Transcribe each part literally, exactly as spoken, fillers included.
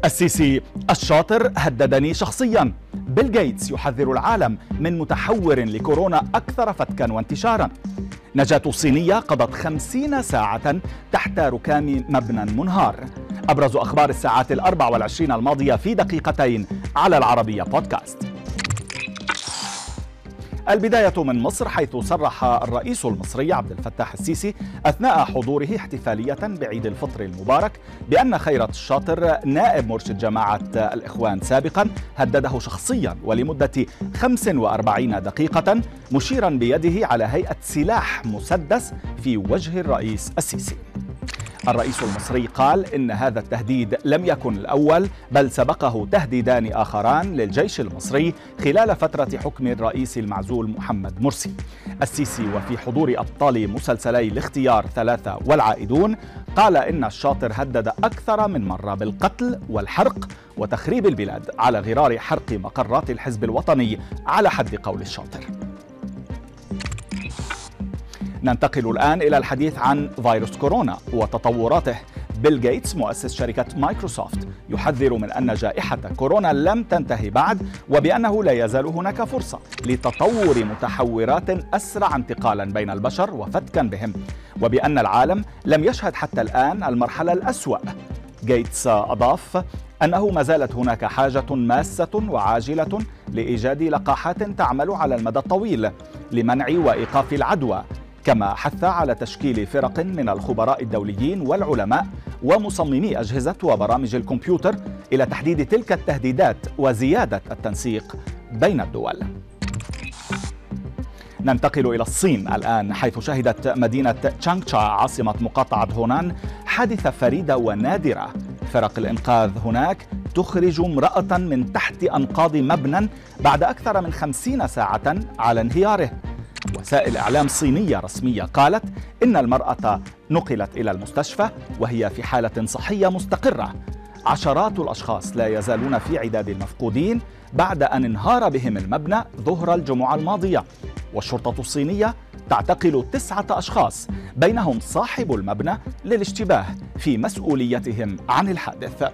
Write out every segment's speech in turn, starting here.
السيسي: الشاطر هددني شخصيا. بيل غيتس يحذر العالم من متحور لكورونا أكثر فتكا وانتشارا. نجاة صينية قضت خمسين ساعة تحت ركام مبنى منهار. أبرز أخبار الساعات الأربع والعشرين الماضية في دقيقتين على العربية بودكاست. البداية من مصر، حيث صرح الرئيس المصري عبد الفتاح السيسي أثناء حضوره احتفالية بعيد الفطر المبارك بأن خيرت الشاطر نائب مرشد جماعة الإخوان سابقا هدده شخصيا ولمدة خمس وأربعين دقيقة، مشيرا بيده على هيئة سلاح مسدس في وجه الرئيس السيسي. الرئيس المصري قال إن هذا التهديد لم يكن الأول، بل سبقه تهديدان آخران للجيش المصري خلال فترة حكم الرئيس المعزول محمد مرسي. السيسي وفي حضور أبطال مسلسلي الاختيار ثلاثة والعائدون قال إن الشاطر هدد أكثر من مرة بالقتل والحرق وتخريب البلاد على غرار حرق مقرات الحزب الوطني على حد قول الشاطر. ننتقل الآن إلى الحديث عن فيروس كورونا وتطوراته. بيل غيتس مؤسس شركة مايكروسوفت يحذر من أن جائحة كورونا لم تنتهي بعد، وبأنه لا يزال هناك فرصة لتطور متحورات أسرع انتقالا بين البشر وفتكا بهم، وبأن العالم لم يشهد حتى الآن المرحلة الأسوأ. غيتس أضاف أنه ما زالت هناك حاجة ماسة وعاجلة لإيجاد لقاحات تعمل على المدى الطويل لمنع وإيقاف العدوى، كما حث على تشكيل فرق من الخبراء الدوليين والعلماء ومصممي أجهزة وبرامج الكمبيوتر إلى تحديد تلك التهديدات وزيادة التنسيق بين الدول. ننتقل إلى الصين الآن، حيث شهدت مدينة تشانغشا عاصمة مقاطعة هونان حادثة فريدة ونادرة. فرق الإنقاذ هناك تخرج امرأة من تحت أنقاض مبنى بعد أكثر من خمسين ساعة على انهياره. وسائل إعلام صينية رسمية قالت إن المرأة نقلت إلى المستشفى وهي في حالة صحية مستقرة. عشرات الأشخاص لا يزالون في عداد المفقودين بعد أن انهار بهم المبنى ظهر الجمعة الماضية، والشرطة الصينية تعتقل تسعة أشخاص بينهم صاحب المبنى للاشتباه في مسؤوليتهم عن الحادث.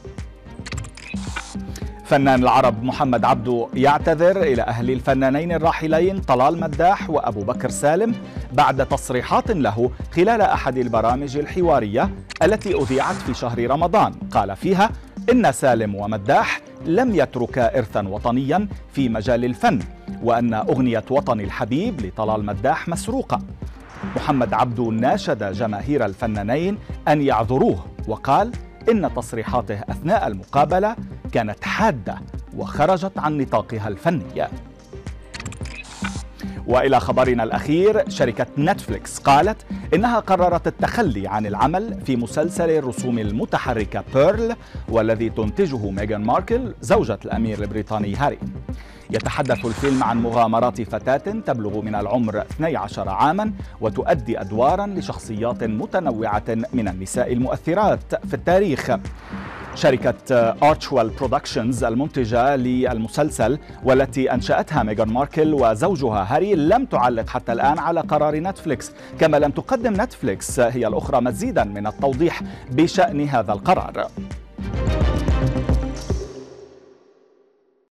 فنان العرب محمد عبده يعتذر إلى أهل الفنانين الراحلين طلال مداح وأبو بكر سالم بعد تصريحات له خلال أحد البرامج الحوارية التي أذيعت في شهر رمضان قال فيها إن سالم ومداح لم يتركا إرثا وطنيا في مجال الفن، وأن أغنية وطن الحبيب لطلال مداح مسروقة. محمد عبده ناشد جماهير الفنانين أن يعذروه، وقال إن تصريحاته أثناء المقابلة كانت حادة وخرجت عن نطاقها الفني. وإلى خبرنا الأخير، شركة نتفليكس قالت إنها قررت التخلي عن العمل في مسلسل الرسوم المتحركة بيرل، والذي تنتجه ميغان ماركل زوجة الأمير البريطاني هاري. يتحدث الفيلم عن مغامرات فتاة تبلغ من العمر اثني عشر عاما وتؤدي أدوارا لشخصيات متنوعة من النساء المؤثرات في التاريخ. شركة آرتشوال برودكشنز المنتجة للمسلسل والتي أنشأتها ميغان ماركل وزوجها هاري لم تعلق حتى الآن على قرار نتفليكس، كما لم تقدم نتفليكس هي الأخرى مزيدا من التوضيح بشأن هذا القرار.